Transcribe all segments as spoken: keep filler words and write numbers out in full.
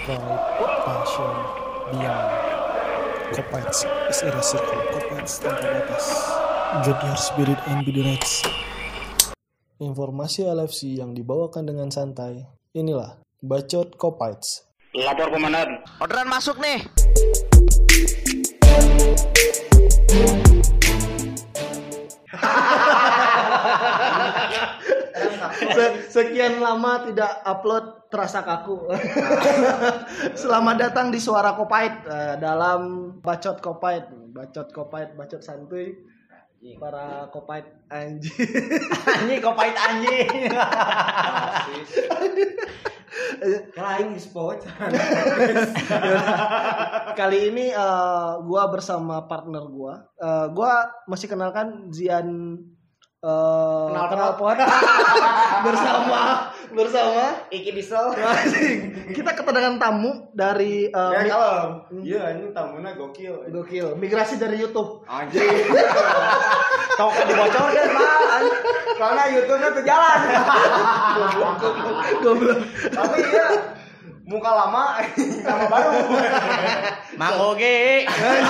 pride, passion, beyond. Kopites is a circle. Kopites tanpa batas. Get your spirit and be the next. Informasi L F C yang dibawakan dengan santai. Inilah Bacot Kopites. Lapor komandan. Orderan masuk nih. Sekian lama tidak upload, terasa kaku. Selamat datang di Suara Kopait uh, dalam Bacot Kopait, Bacot Kopait, Bacot santuy. Para Kopait anjing. Anjing Kopait anjing. Kelain spot. Kali ini uh, gua bersama partner gua. Uh, gua masih kenalkan Zian Uh, kenal pot bersama bersama Iki Diesel. Kita kedatangan tamu dari uh, ya mi- kalau iya ini tamunya gokil gokil migrasi dari YouTube anjing. Tau kan dibocorkan Pak. Karena YouTube-nya tuh jalan. goblok Tapi iya muka lama sama baru. Mang Oge.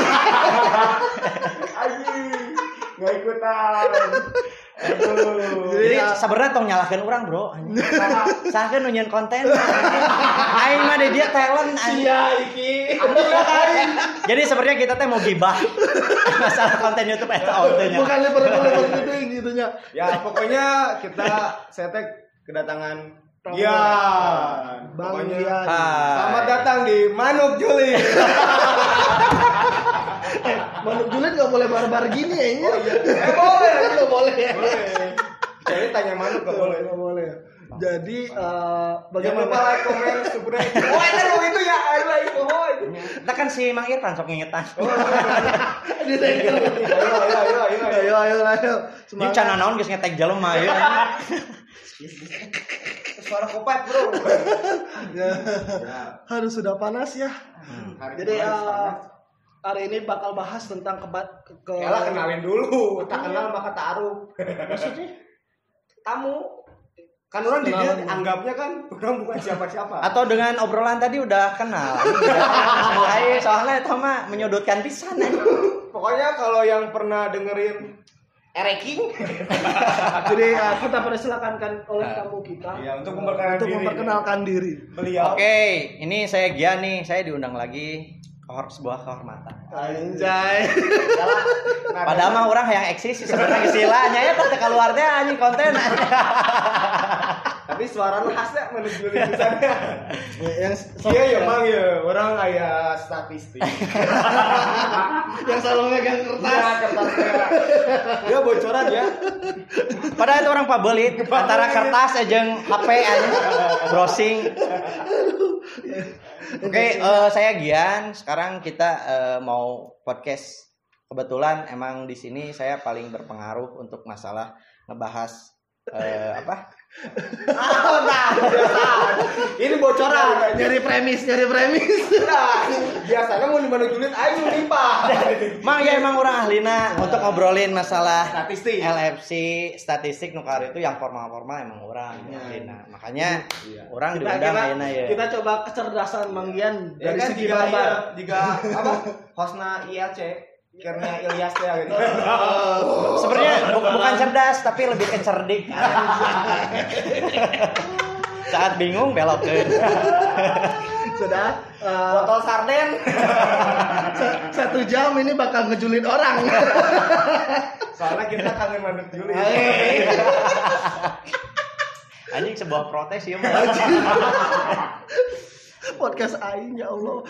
Anjing nggak ikutan. Aduh. Jadi sebenarnya tong nyalahkan orang bro. Sakeun nu nyeun konten. Aing mah dia talent anjing. iya iki Jadi sebenarnya kita teh mau gibah masalah konten YouTube eta outnya. bukan lebar-lebar gitu gitunya. Ya pokoknya kita setek kedatangan Tamu. Gian. Bang Pokoknya Gian. selamat datang di Manuk Juli. Manuk Julid nggak boleh barbar gini ya ini. Oh iya. Eh boleh. Nggak boleh ya. Boleh. Jadi tanya Manuk gak boleh. Nggak boleh. Jadi uh, Jangan lupa bagaimana? like, comment, subscribe. Oh itu itu ya, I like oh. Kita kan si Mang Irfan sok ngingetan. Dia tanya, Ayo ayo ayo ayo. ayo ayo ayo. Ini cana naon geus ngetek jelema ya. Suara Kopait bro. Ya. Harus sudah panas ya. Jadi uh, hari ini bakal bahas tentang kebat ke, ke Yalah kenalin dulu. Tak kenal maka taruh. maksudnya Tamu. Kan orang di dia Kenalan. anggapnya kan orang bukan siapa-siapa. Atau dengan obrolan tadi udah kenal. Ayo soalnya itu mah menyudutkan pisan. Pokoknya kalau yang pernah dengerin Ereking, jadi uh, kita persilakan oleh tamu kita iya, untuk memperkenalkan untuk diri. memperkenalkan diri. Beliau. Oke, ini saya Gian nih. Saya diundang lagi. Kehor- sebuah kehormatan. Anjay. Padahal mah orang yang eksis sebenarnya istilahnya ya teh keluar teh anjing konten. Tapi suara lu khasnya menuju tulisannya. yang Iya ya mang ya, orang kayak statistik. yang selalu megang kertas. Iya kertasnya. Dia bocoran ya. Padahal itu orang pabelit antara kertas jeung H P anjing browsing. Oke, eh, saya Gian. Sekarang kita eh, mau podcast. Kebetulan emang di sini saya paling berpengaruh untuk masalah ngebahas eh, apa? Ah, nah, biasaan. Ini bocoran. Nyari premis, nyari premis. Nah, biasanya mau dimana julid ayo limpah. Mang ya emang orang ahlina untuk ngobrolin masalah Statistik. L F C, statistik nukar itu yang formal-formal emang orang Ya. ahlina. Makanya Iya. orang Kita, diundang kita, ahlina ya. kita coba kecerdasan Mang Gian Ya dari kan segi jika barbar. iya, jika apa? Hostna I L C karena Ilyas ya gitu. Sebenarnya bu- bukan cerdas tapi lebih ke cerdik. Saat bingung belokeun. Sudah uh, Botol sarden. sa- satu jam ini bakal ngejulit orang. Soalnya kita kangen manuk julid. Anjing sebuah protes ya mah. Podcast aing ya Allah.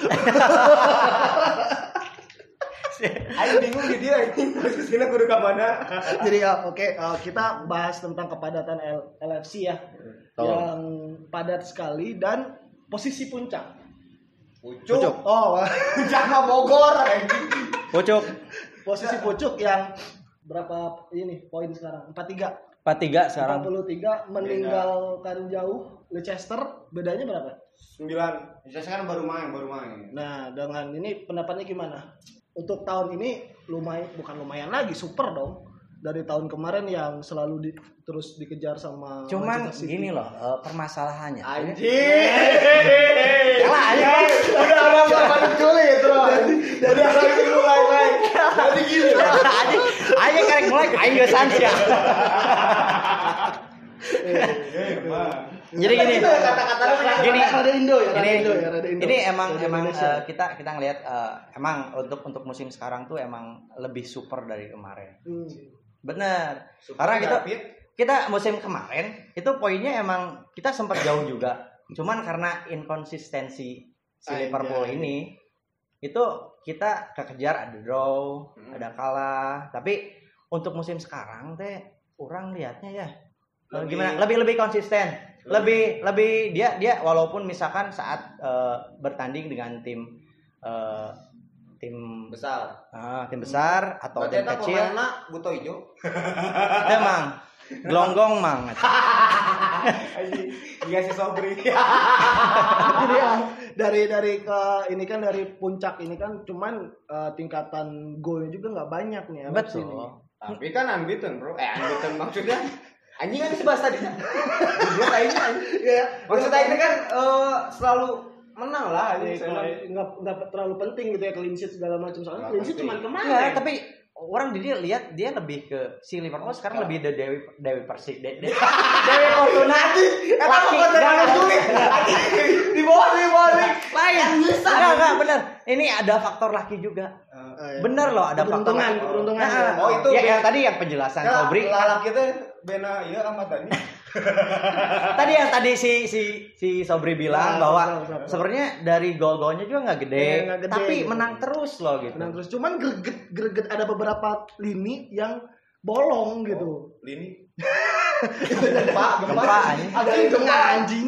Ayo bingung di dia ini. Terus kesini kudu ke mana? Jadi ya oke uh, kita bahas tentang kepadatan L- LFC ya. Betul. Yang padat sekali dan posisi puncak. Pucuk. Oh, Puncak mah Bogor. Pucuk posisi pucuk yang berapa ini poin sekarang? empat puluh tiga. empat puluh tiga empat sekarang. puluh tiga meninggalkan jauh Leicester, bedanya berapa? Sembilan. Saya kan baru main, baru main. Nah, dengan ini pendapatnya gimana? Untuk tahun ini lumayan, bukan lumayan lagi, super dong. dari tahun kemarin yang selalu di, terus dikejar sama Cuman Manchester City. gini loh uh, permasalahannya. Anjing. Kalah aja. Udah udah paling juli itu. Dari dari mulai mulai. Jadi gini. Aja aja karek mulai aing geus sansia. Jadi gini, kata-katanya gini, Rada Indo ya, rada ini, Indo ya, rada Indo. ini emang Rada emang Indonesia. uh, kita kita ngelihat uh, emang untuk untuk musim sekarang tuh emang lebih super dari kemarin. Hmm. Bener. Karena kita kita musim kemarin itu poinnya emang kita sempat jauh juga. Cuman karena inkonsistensi si Liverpool ini itu kita kekejar ada draw, hmm. ada kalah. Tapi untuk musim sekarang teh orang lihatnya ya lebih, gimana? Lebih lebih konsisten. Lebih lebih dia dia walaupun misalkan saat uh, bertanding dengan tim uh, tim besar. Uh, tim besar atau Berarti tim eta kecil. pemainna buto ijo. Emang gelonggong mang. Anjing, iya si Sobri. Jadi ya, dari dari ke ini kan dari puncak ini kan cuman uh, tingkatan golnya juga nggak banyak nih L F C Betul. ini. Tapi kan unbeaten, Bro. Eh, unbeaten maksudnya anjing kan sebahas tadi. Dia kayaknya anjing. Ya, Maksudnya ini kan eh, selalu menang lah ya, anjing. nggak nggak terlalu penting gitu ya clean sheet segala macam soalnya clean sheet cuma kemarin. Enggak, tapi orang dia lihat dia lebih ke si Liverpool sekarang lebih the Dewi Dewi Persik De, De, Dewi Fortuna laki jangan sulit. Di bawah di bawah lain enggak enggak benar ini ada faktor laki juga bener loh ada faktor keberuntungan keberuntungan nah, ya. Oh, itu ya, be- yang tadi yang penjelasan Sobri lalaki teh bena ieu Ahmad Dhani. tadi yang tadi si si si Sobri bilang Nah, bahwa betul, betul, betul. sebenarnya dari gol-golnya juga nggak gede, Ya, nggak gede, tapi gitu. menang terus loh gitu. Menang terus cuman greget greget ada beberapa lini yang bolong gitu. Lini. Gempa, Gempa anjing. Agak di tengah anjing.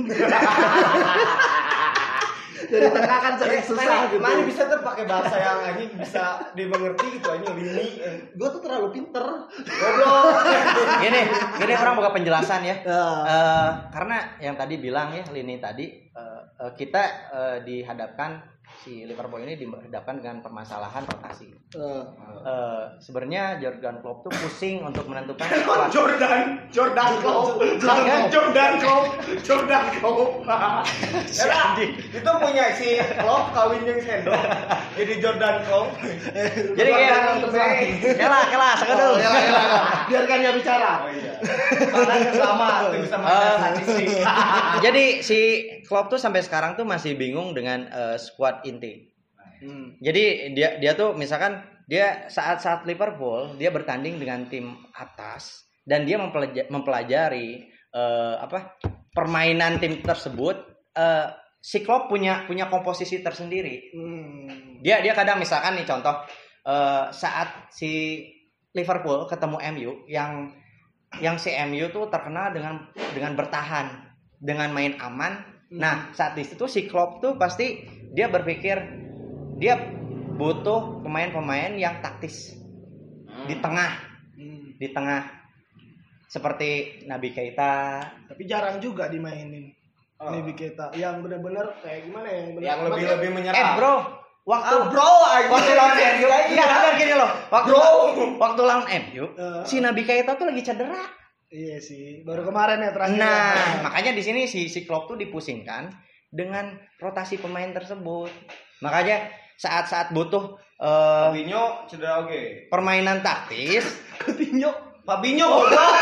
Dari tengah kan sering susah gitu. Mana bisa tuh pakai bahasa yang anjing bisa dimengerti gitu anjing lini. Gue tuh terlalu pinter. Goblok. Gini, gini orang buka penjelasan ya. Ya. Eh, karena yang tadi bilang ya Lini tadi eh, eh, kita eh, dihadapkan si Liverpool ini dihadapkan dengan permasalahan rotasi. Eh, Eh, sebenarnya Jurgen Klopp tuh pusing untuk menentukan Jordan, Jordan Klopp, Jordan. Jordan Klopp, Jordan Klopp. Si anjing. Itu punya si Klopp kawin yang sendok. Jadi Jordan Klopp. Jadi kayak kela kela sekedul. Oh, ya, ya, ya. Biarkan dia bicara. Oh iya. Karena sama tuh bisa makan Eh, statistik. Jadi si Klopp tuh sampai sekarang tuh masih bingung dengan eh, squad inti. Hmm. Jadi dia dia tuh misalkan dia saat-saat Liverpool dia bertanding dengan tim atas dan dia mempelajari, mempelajari eh, apa permainan tim tersebut. Eh, si Klopp punya punya komposisi tersendiri. Hmm. Dia dia kadang misalkan nih contoh eh, saat si Liverpool ketemu M U yang yang si M U tuh terkenal dengan dengan bertahan, dengan main aman. Nah, saat di situ si Klopp tuh pasti dia berpikir dia butuh pemain-pemain yang taktis di tengah, Hmm. di tengah seperti Naby Keita. Tapi jarang juga dimainin. Oh. Naby Keita yang benar-benar kayak gimana ya, yang benar Yang lebih lebih menyerang. Eh bro, waktu Ah, bro, waktu lawan M U, enggak benar gini loh. Waktu Bro. waktu lawan M U, Eh. si Naby Keita tuh lagi cedera. Iya sih, baru kemarin ya terakhir. Nah, ya. makanya di sini si si Klopp tuh dipusingkan dengan rotasi pemain tersebut. Makanya saat-saat butuh eh, Fabinho cedera oke. permainan taktis, Coutinho. Fabinho goblok.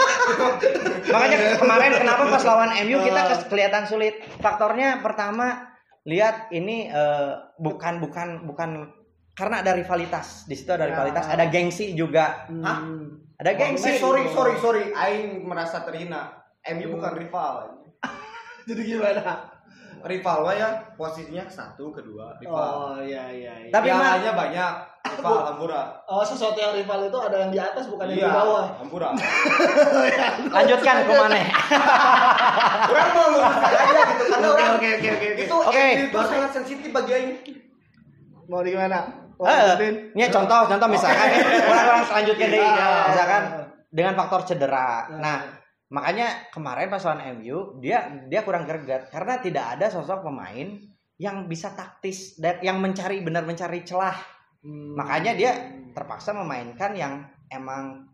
makanya kemarin kenapa pas lawan M U kita kes- kelihatan sulit. Faktornya pertama lihat ini eh, bukan bukan bukan karena ada rivalitas. Di situ ada Ya. rivalitas, ada gengsi juga. Hmm. Hah? Ada gengsi. Eh, sorry sorry sorry, aing merasa terhina. M U bukan rival. Jadi gimana? Rival wa ya posisinya satu kedua rival. Oh iya iya. iya. Tapi yang mah- aja banyak rival Hampura. Oh, sesuatu yang rival itu ada yang di atas bukan yang Iya, di bawah. Hampura. Lanjutkan ke mana? Orang mau luruskan aja gitu karena Oke orang oke oke oke oke. itu Oke. M U itu sangat sensitif bagi aing. Mau di gimana? Mau Eh, lanjutin? ini contoh contoh misalkan ya, orang-orang selanjutnya deh, Ah. misalkan dengan faktor cedera. Ah. Nah, makanya kemarin pas lawan M U dia dia kurang greget karena tidak ada sosok pemain yang bisa taktis dan yang mencari benar mencari celah. Hmm. Makanya dia terpaksa memainkan yang emang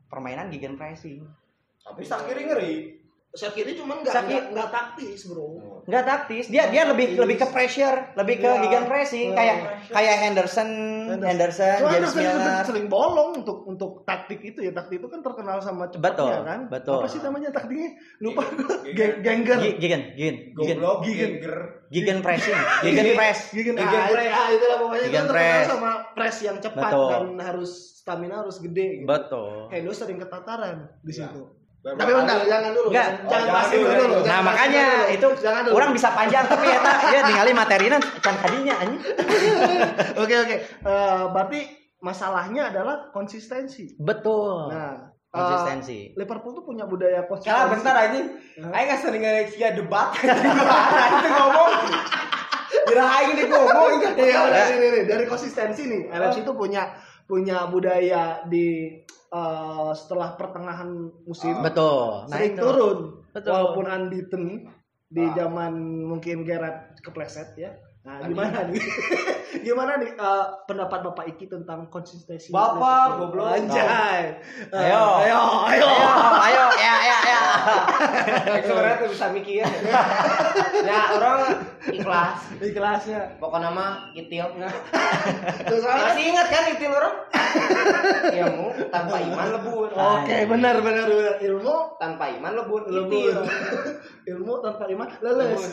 permainan gegenpressing. Tapi Shaqiri ngeri. Shaqiri cuman nggak Shaqiri- nggak nggak taktis bro. Nggak taktis, dia dia lebih lebih ke pressure, lebih ke Ya, gegenpressing ya. kayak kayak Henderson, Henderson, Cuma James Henderson Milner. sering bolong untuk untuk taktik itu ya, taktik itu kan terkenal sama cepatnya Betul, kan. betul. Apa sih namanya taktiknya? Lupa gue. Gegen- Genger. Gi- Gegen, gegen, gegen, Goblok, Gegen. Giger. gegen pressing, gegen press. Gegen, Gegen ah, press. ah, itulah pokoknya itu Gegen kan terkenal press. sama press yang cepat Betul. dan harus stamina harus gede gitu. Betul. Hendo sering ketataran di Ya. situ. Berapa Tapi bentar, kali- jangan dulu. Enggak. Jangan, Oh, jangan jangan pasif dulu, dulu. jangan dulu. jangan Nah, pasif makanya dulu. itu jangan dulu. orang bisa panjang tapi ya tak ya ningali materina can kadinya anjing. Oke oke. Eh, berarti masalahnya adalah konsistensi. Betul. Nah, Konsistensi. eh, Liverpool tuh punya budaya konsistensi. Kalah bentar anjing. Aing enggak sering ngeliat debat. Itu ngomong. Kira aing ini ngomong. Iya, udah Ya. ini nih dari konsistensi nih. L F C itu punya punya budaya di eh, setelah pertengahan musim Betul. Nah, sering itu. turun. Betul. Walaupun unbeaten di Ah. zaman mungkin Gerrard kepleset ya. Nah, gimana nih? Gimana nih eh, pendapat Bapak Iki tentang konsistensi? Bapak, Liverpool? goblok. Anjay. Eh, Ayo. ayo, ayo. Ayo, ayo, ya, ya, ya. Sebenarnya tuh bisa mikir. Ya, orang ikhlas. Ikhlasnya. Pokoknya mah itil. Terus soalnya- Masih ingat kan itil orang? Ilmu tanpa iman lebur. Oke, benar benar benar. Ilmu Tanpa iman lebur ilmu itil. ilmu tanpa iman leles.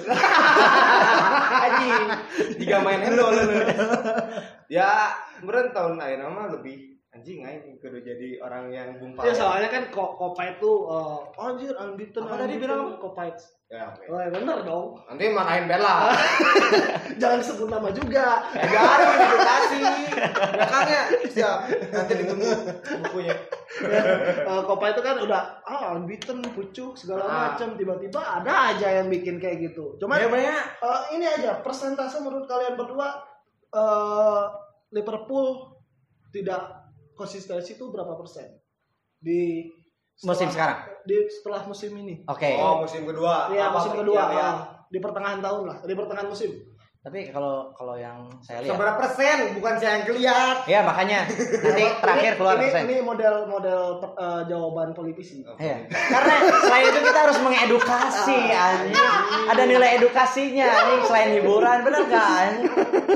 Anjing. Tiga main endo leles. Ya, meureun tahun ayeuna mah lebih anjing aing kudu jadi orang yang gumpal. Ya soalnya kan kok Kopait tuh eh, anjir unbeaten. Apa tadi unbeaten, bilang? Kopait. Ya, oke. Oh, ya benar dong. Nanti marahin Bella. Jangan sebut nama juga. Ya jangan edukasi. Belakangnya siap. Nanti ditunggu bukunya. Eh, Kopait itu kan udah ah unbeaten, pucuk segala Ah. macam, tiba-tiba ada aja yang bikin kayak gitu. Cuman Ya banyak. eh, ini aja persentase menurut kalian berdua eh, Liverpool tidak konsistensi itu berapa persen di Musim sekarang. di setelah musim ini? Oke. Oh, musim kedua. Iya, Apa- musim kedua iya, iya. ah, di pertengahan tahun lah, di pertengahan musim. Tapi kalau kalau yang saya lihat, Seberapa persen? Bukan saya yang kelihatan. ya makanya nanti terakhir Ini- keluar ini, persen. ini model model eh, jawaban politisi. Iya. Karena selain itu kita harus mengedukasi anjing. Ada nilai edukasinya anjing selain hiburan, benar enggak anjing?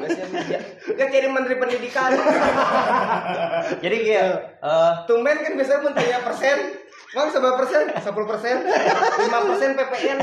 Dia jadi menteri pendidikan. Jadi gitu. eh Tumben kan biasanya mau tanya persen. Emang seberapa persen? sepuluh persen? lima persen P P N.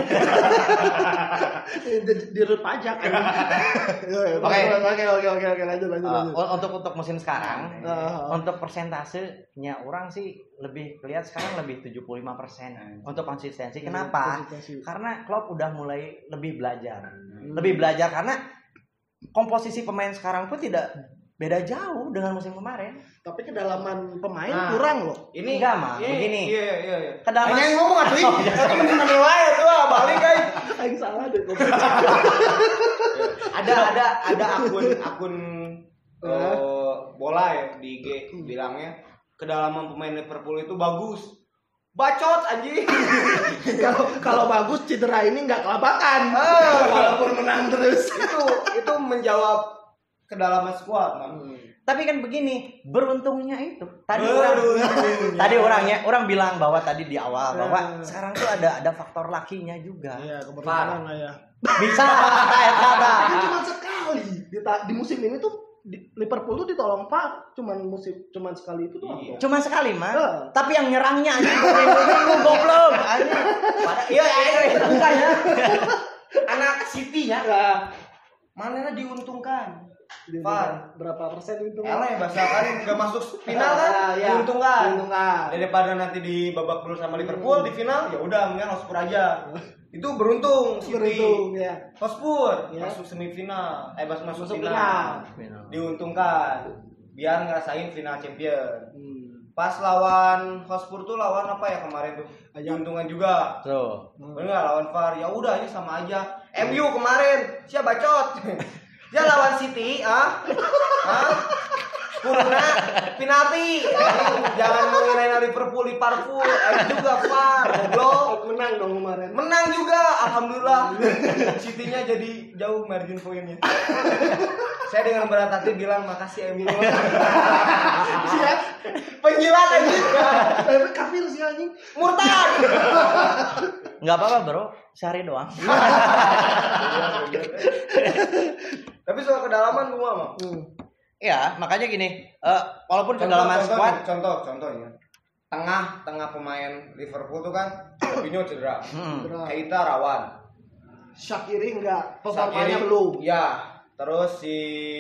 di, di root pajak kan. Oke, oke, oke, oke, oke, lanjut, lanjut, eh, lanjut. untuk untuk musim sekarang, Ah, ah. untuk persentasenya orang sih lebih lihat sekarang lebih tujuh puluh lima persen untuk konsistensi. Kenapa? Konsistensi. Karena Klopp udah mulai lebih belajar. Lebih belajar karena komposisi pemain sekarang pun tidak beda jauh dengan musim kemarin. Tapi kedalaman pemain Nah. kurang loh. Ini Enggak, Mang. ini- Begini. Iya, iya, iya. Kedalaman- Hanya yang ngomong atuh. Tapi bener wae tuh balik guys. Aing salah deh. Ada ada ada akun akun eh, bola ya di I G bilangnya kedalaman pemain Liverpool itu bagus. Bacot anjing. Kalau kalau bagus cedera ini nggak kelabakan. Ah. Walaupun menang terus. itu itu menjawab kedalaman skuad, Mang. Tapi kan begini, beruntungnya itu. Tadi Beruntungnya. orang tadi orangnya orang bilang bahwa tadi di awal bahwa Eh. sekarang tuh ada ada faktor lakinya juga. Iya, keberuntungan lah ya. Bisa ya kata. Tapi cuma sekali di, ta- di musim ini tuh di, Liverpool tuh ditolong V A R cuman musim cuman sekali itu doang. Iya. Cuma sekali, Mas. Eh. Tapi yang nyerangnya anjing minggu goblok. Anjing. Pada- Iya, iya, iya, bukan ya. Anak City ya. Nah, Mana diuntungkan? di- V A R. berapa persen itu? Ele bahasa kan nggak masuk final kan? Ah, iya. Diuntungkan. Diuntungkan. Daripada nanti di babak belur sama Liverpool di final, ya udah mendingan Hotspur aja. Itu beruntung City. Beruntung ya. Hotspur Ya. masuk semifinal, eh masuk masuk Masuk final. final. Diuntungkan biar ngerasain final champion. Hmm. Pas lawan Hotspur tuh lawan apa ya kemarin tuh? Ajax. Diuntungkan juga. Tuh. Bener nggak lawan V A R? Ya udah ini sama aja. M U kemarin siapa bacot? Dia lawan City, ah? Ah? Kurna penalti. Jangan mengira Liverpool Liverpool. Eh juga V A R. Goblok. Menang dong kemarin. Menang juga, alhamdulillah. City-nya jadi jauh margin poinnya. Saya dengan berat hati bilang makasih M U. Siap. Penjilat anjing. Tapi kafir sih anjing. Murtad. Nggak apa-apa bro, sehari doang. Tapi soal kedalaman gua mah. Ya, makanya gini, uh, walaupun kedalaman squad, contoh contohnya. Tengah tengah pemain Liverpool tuh kan Fabinho cedera. hmm, Keita rawan. Shaqiri enggak, performanya Shaqiri, belum. Ya, terus si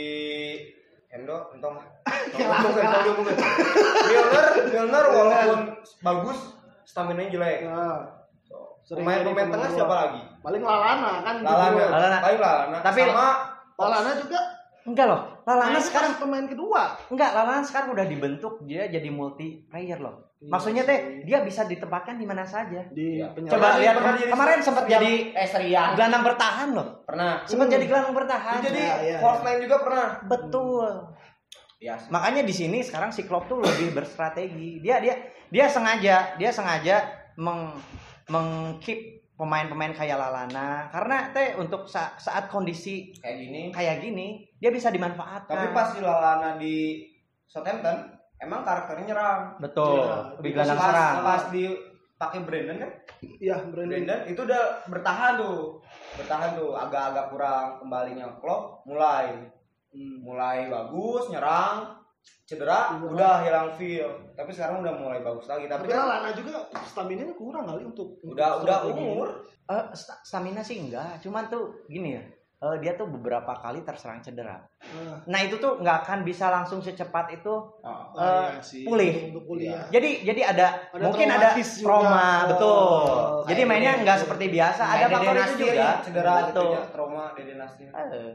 Endo entong. Kalah, kalah. Milner, Milner walaupun bagus, stamina-nya jelek. Nah, sering Pemain-pemain jadi tengah pemain siapa luar. lagi? Paling Lalana kan. Lalana. gitu. Lalana. Paling Lalana. Tapi- sama Lalana juga enggak loh. Lalana main sekarang pas pemain kedua. enggak, Lalana sekarang udah dibentuk dia jadi multi player loh. Maksudnya teh dia bisa ditempatkan di mana saja. Di Iya. penyerang. Coba lihat pernah jadi kemarin sempat Serian. jadi eh Serian. gelandang bertahan loh. Pernah. Sempat Hmm. jadi gelandang bertahan. Jadi Ya, ya, false ya. nine juga pernah. Betul. Ya. Makanya di sini sekarang si Klopp tuh lebih berstrategi. Dia dia dia sengaja, dia sengaja meng mengkeep pemain-pemain kayak Lalana karena teh untuk sa- saat kondisi Kayak gini. kayak gini dia bisa dimanfaatkan. Tapi pas si Lalana di Southampton, emang karakternya nyerang. betul, Iya. lebih Pas, gelandang pas, serang. pas di pakai Brandon kan? Iya, Brandon. Brandon itu udah bertahan tuh. Bertahan tuh, agak-agak kurang kembalinya Klopp mulai Hmm. mulai bagus nyerang, cedera Cedera. udah hilang feel. Tapi sekarang udah mulai bagus lagi. Tapi Tapi kan Lalana juga stamina kurang kali untuk udah untuk udah strategi. umur. Eh, sta- stamina sih enggak, cuman tuh gini ya. eh, dia tuh beberapa kali terserang cedera. Nah, Nah itu tuh nggak akan bisa langsung secepat itu. Oh. oh, Eh, iya sih. pulih. Untuk pulih ya. Jadi jadi ada, Ada mungkin ada traumatis juga. trauma, Oh, betul. kayak Jadi mainnya Dede- nggak seperti biasa, ada Kayak faktor Dede itu Nastir juga. ya, cedera Betul. gitu ya, trauma Dede Nastir. Eh.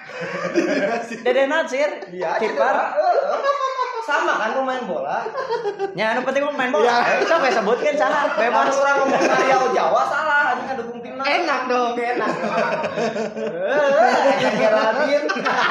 Dede Nasir, Iya, kiper. cedera. Sama kan pemain bola. Ya, anu penting main bola. Eh, Siapa yang sebutkan salah, Bebas bebas. orang ngomong Riau Jawa salah, anjing kan dukung timnas. Enak dong. Enak. Hanya Geradin.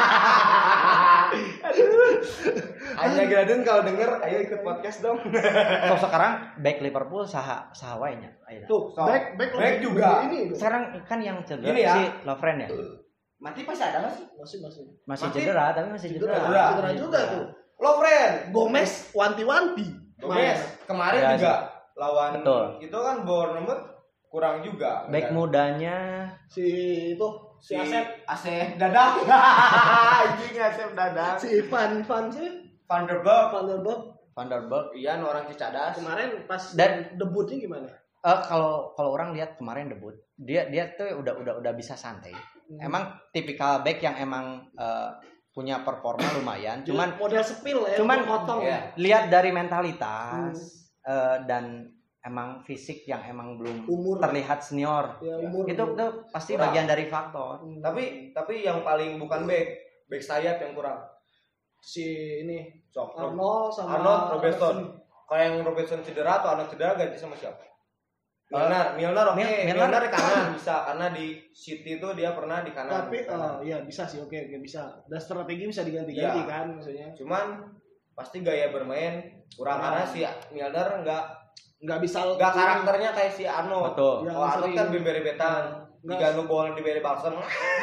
Hanya Geradin kalau denger ayo ikut podcast dong. So sekarang back Liverpool saha saha wae nya. Ayo. Tuh, So, back back back lebih- juga. Ini Sekarang kan yang cedera Gini ya. si Lovren ya. Mati pasti ada nggak sih? masih masih. Masih Mati. cedera tapi masih Cedera, cedera. cedera juga tuh. Lo friend. Gomez wanti-wanti. Gomez kemarin Ya, juga lawan Betul. itu kan Bournemouth kurang juga. Back kan? mudanya Si itu si si Asep, Asep Dadang. Anjing Asep Dadang. si Van Van sih, Van der Beek. Van der Beek. Van der Beek. Iya, orang Cicadas. Kemarin pas Dan- debutnya gimana? Eh, kalau kalau orang lihat kemarin debut, dia dia tuh udah udah udah bisa santai. Hmm. Emang tipikal back yang emang eh, punya performa lumayan, cuman model sepil ya, cuman- untuk potong. Iya. lihat dari mentalitas eh, dan emang fisik yang emang belum Umur terlihat senior. ya, umur Itu tuh pasti Kurang. bagian dari faktor. Hmm. Tapi tapi yang paling bukan back, back sayap yang kurang. si ini Sok. Arnold sama Arnold Robertson. Kalau yang Robertson cedera atau Arnold cedera ganti sama siapa? Milner, Milner oke, Mil- Milner, Milner. di kanan bisa karena di City itu dia pernah di kanan. Tapi Kanan. oh ya bisa sih, oke oke bisa. Dan strategi bisa diganti-ganti Iya. kan maksudnya. Cuman pasti gaya bermain kurang Kurang. karena si Milner nggak Nggak bisa nggak karakternya kayak si Arnold. Betul. Yang Kalau Arnold sering- kan bember-betan, Nggak- diganu bola di bere Balsam.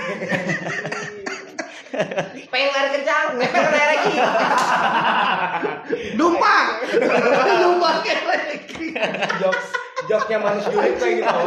Pengen lari kencang, pengen lari lagi. Numpang. Numpang kayak lagi. Jokes, jokesnya manusia Yuri kayak gitu.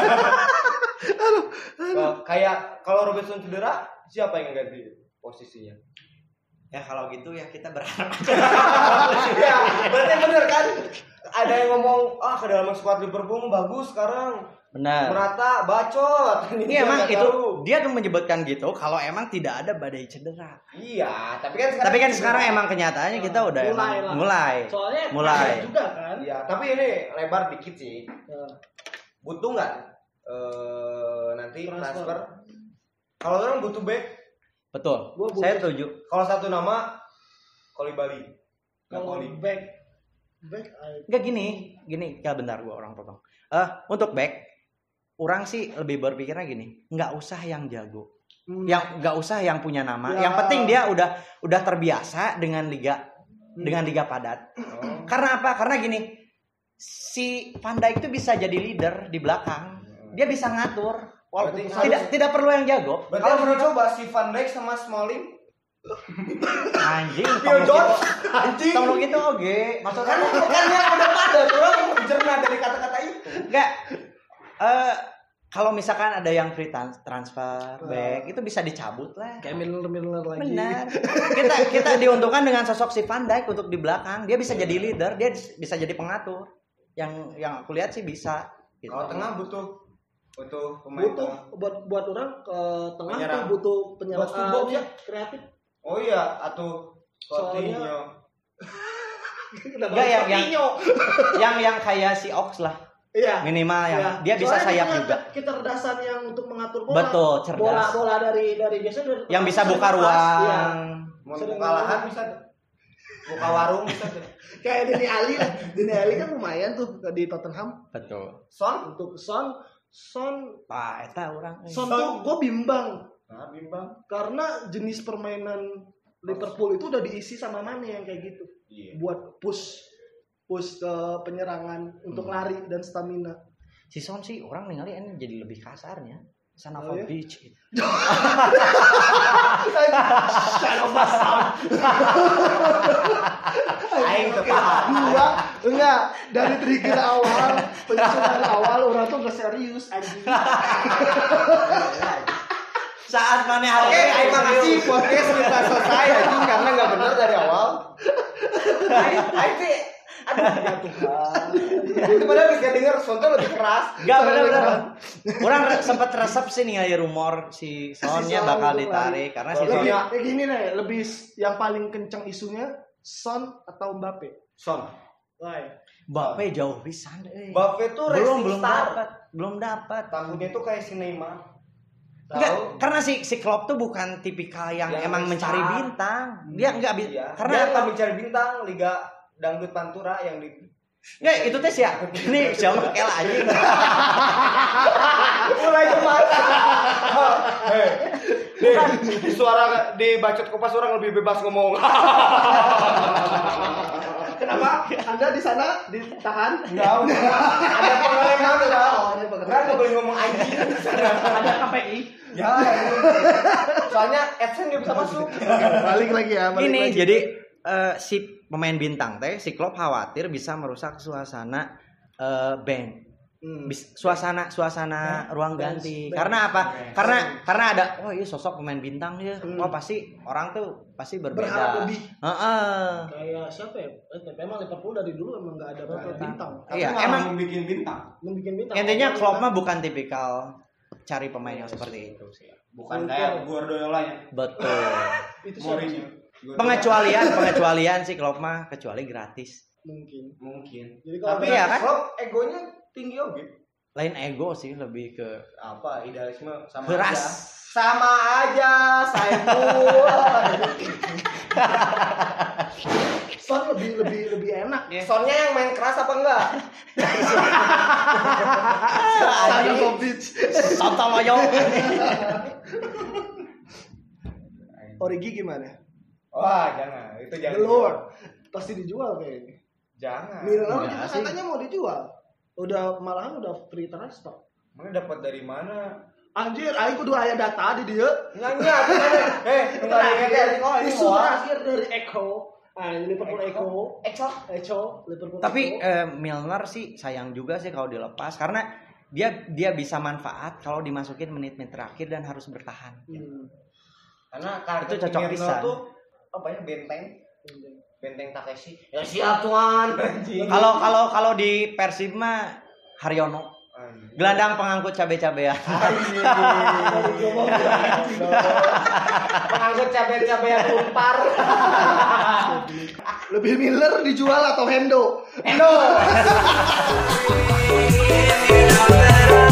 Oh, kayak kalau Robertson cedera, siapa yang ganti posisinya? Ya kalau gitu ya kita berharap. Ya, berarti bener kan? Ada yang ngomong, ah kedalaman squad Liverpool bagus sekarang. Benar. Merata, bacot. Ini emang nggak itu tahu. dia tuh menyebutkan gitu kalau emang tidak ada badai cedera. Iya, tapi kan sekarang Tapi kan sekarang emang kenyataannya kita udah Mulai emang lah. mulai. Soalnya Mulai. ada juga kan. Iya, tapi ini lebar dikit sih. Ya. Butuh nggak eh nanti Transfer. transfer? Kalau orang butuh back, Betul. Gua butuh- Saya setuju. kalau satu nama Kolibali. Nggak Kalau Koli. back back I- Enggak gini, gini, ya bentar gua orang potong. Eh untuk back, orang sih lebih berpikirnya gini, nggak usah yang jago. Hmm. Yang nggak usah yang punya nama. Ya. Yang penting dia udah udah terbiasa dengan liga hmm. dengan liga padat. Oh. Karena apa? Karena gini, si Van Dijk itu bisa jadi leader di belakang. Dia bisa ngatur. Walaupun tidak harus, tidak perlu yang jago. Kalau menurut coba si Van Dijk sama Smalling anjing, Phil Jones, anjing. Tolong gitu oke. Maksudnya kan yang udah padat, orang mau mencerna dari kata-kata itu. Enggak. Eh uh, kalau misalkan ada yang free transfer back, itu bisa dicabut lah. Kayak Milner-Milner lagi. Benar. Kita kita diuntungkan dengan sosok si Van Dijk untuk di belakang. Dia bisa jadi leader, dia bisa jadi pengatur. Yang yang aku lihat sih bisa. Gitu. Kalau tengah butuh butuh pemain butuh tengah. buat buat orang ke tengah Penyerang. tuh butuh penyerang uh, ya, kreatif. Oh iya, atau Soalnya enggak yang yang, yang yang kayak si Ox lah. Iya. Minimal yang iya. dia bisa Soalnya sayap punya juga. Kecerdasan yang untuk mengatur bola. Betul, cerdas. Bola bola dari dari biasa dari yang bisa buka ruang. Iya. Mau buka lahan bisa tuh. Buka warung bisa tuh. Kayak Deni Ali lah. Deni Ali kan lumayan tuh di Tottenham. Betul. Son untuk Son Son Pak eta orang. Son tuh gue bimbang. Nah, bimbang. Karena jenis permainan Liverpool itu udah diisi sama Mane yang kayak gitu. Iya. Buat push push ke penyerangan hmm. untuk lari dan stamina. Si Son sih orang ningali ini jadi lebih kasarnya. Sana oh, ya? Beach gitu. Sanova Sound. Aing tepat. Dua enggak dari trigger awal, penyusunan awal orang tuh udah serius anjing. Saat mana hal Oke, terima kasih podcast kita selesai anjing karena enggak benar dari awal. Aing sih aduh ya Tuhan. Itu padahal bisa denger sonnya lebih keras. Enggak benar-benar. Orang sempat resep sih nih ya rumor si Sonnya si bakal ditarik karena si Son. Ya gini nih, lebih yang paling kencang isunya Son atau Mbappe? Son. Why? Mbappe jauh pisan euy. Mbappe tuh belum belum star. dapat, belum dapat. Takutnya tuh kayak si Neymar. Enggak, karena si si Klopp tuh bukan tipikal yang ya, emang mencari star. bintang. Dia enggak iya. karena dia apa? enggak mencari bintang Liga Dangdut Pantura yang di enggak itu teh ya. Ini siapa kela anjing. Mulai kemana? Hei, di, di suara di bacot kopas orang lebih bebas ngomong. Kenapa? Anda di sana ditahan? Enggak, ada pengereman udah. Enggak enggak boleh ngomong anjing. Ada K P I. Ya, soalnya adsense nggak bisa masuk. Balik lagi ya. Balik Ini lagi. jadi uh, si pemain bintang teh si Klopp khawatir bisa merusak suasana uh, band. Hmm. suasana suasana hmm. ruang ganti. Ben. Karena apa? Ben. Karena ben. karena ada oh iya sosok pemain bintang ya. Hmm. Oh pasti orang tuh pasti berbeda. Berharap lebih. Heeh. Kayak siapa ya? Memang Liverpool dari dulu emang enggak ada pemain bintang. Iya, emang membikin bintang. Membikin bintang. Intinya Klopp mah bukan tipikal cari pemain yang seperti itu sih. Bukan kayak Guardiola ya. Betul. Itu Mourinho. Pengecualian, pengecualian sih Klopp mah kecuali gratis. Mungkin. Mungkin. Jadi tapi ya kan Klopp egonya tinggi oke. Lain ego sih lebih ke apa idealisme sama keras. Aja. Sama aja, saya Son lebih lebih lebih enak ya. Sonnya yang main keras apa enggak? Saya Kovic. Soto loyo. Origi gimana? Wah, jangan. Itu jangan. The Lord. Pasti dijual kayaknya. Jangan. Milan juga katanya mau dijual. Udah malahan udah free transfer. Mana dapat dari mana? Anjir, aing kudu aya data di dieu. Nanya, eh, enggak ada oh ini isu terakhir dari Echo. Ah, Liverpool Echo. Echo, Echo, Liverpool. Tapi eh, Milner sih sayang juga sih kalau dilepas karena dia dia bisa manfaat kalau dimasukin menit-menit terakhir dan harus bertahan. Hmm. Karena kartu itu cocok pisan. Tuh apa ya benteng? Benteng Takeshi. Ya siap tuan. Kalau kalau kalau di Persib mah Haryono. Gelandang pengangkut cabe-cabean. Pengangkut cabe-cabean umpar. Lebih Miller dijual atau Hendo? Hendo.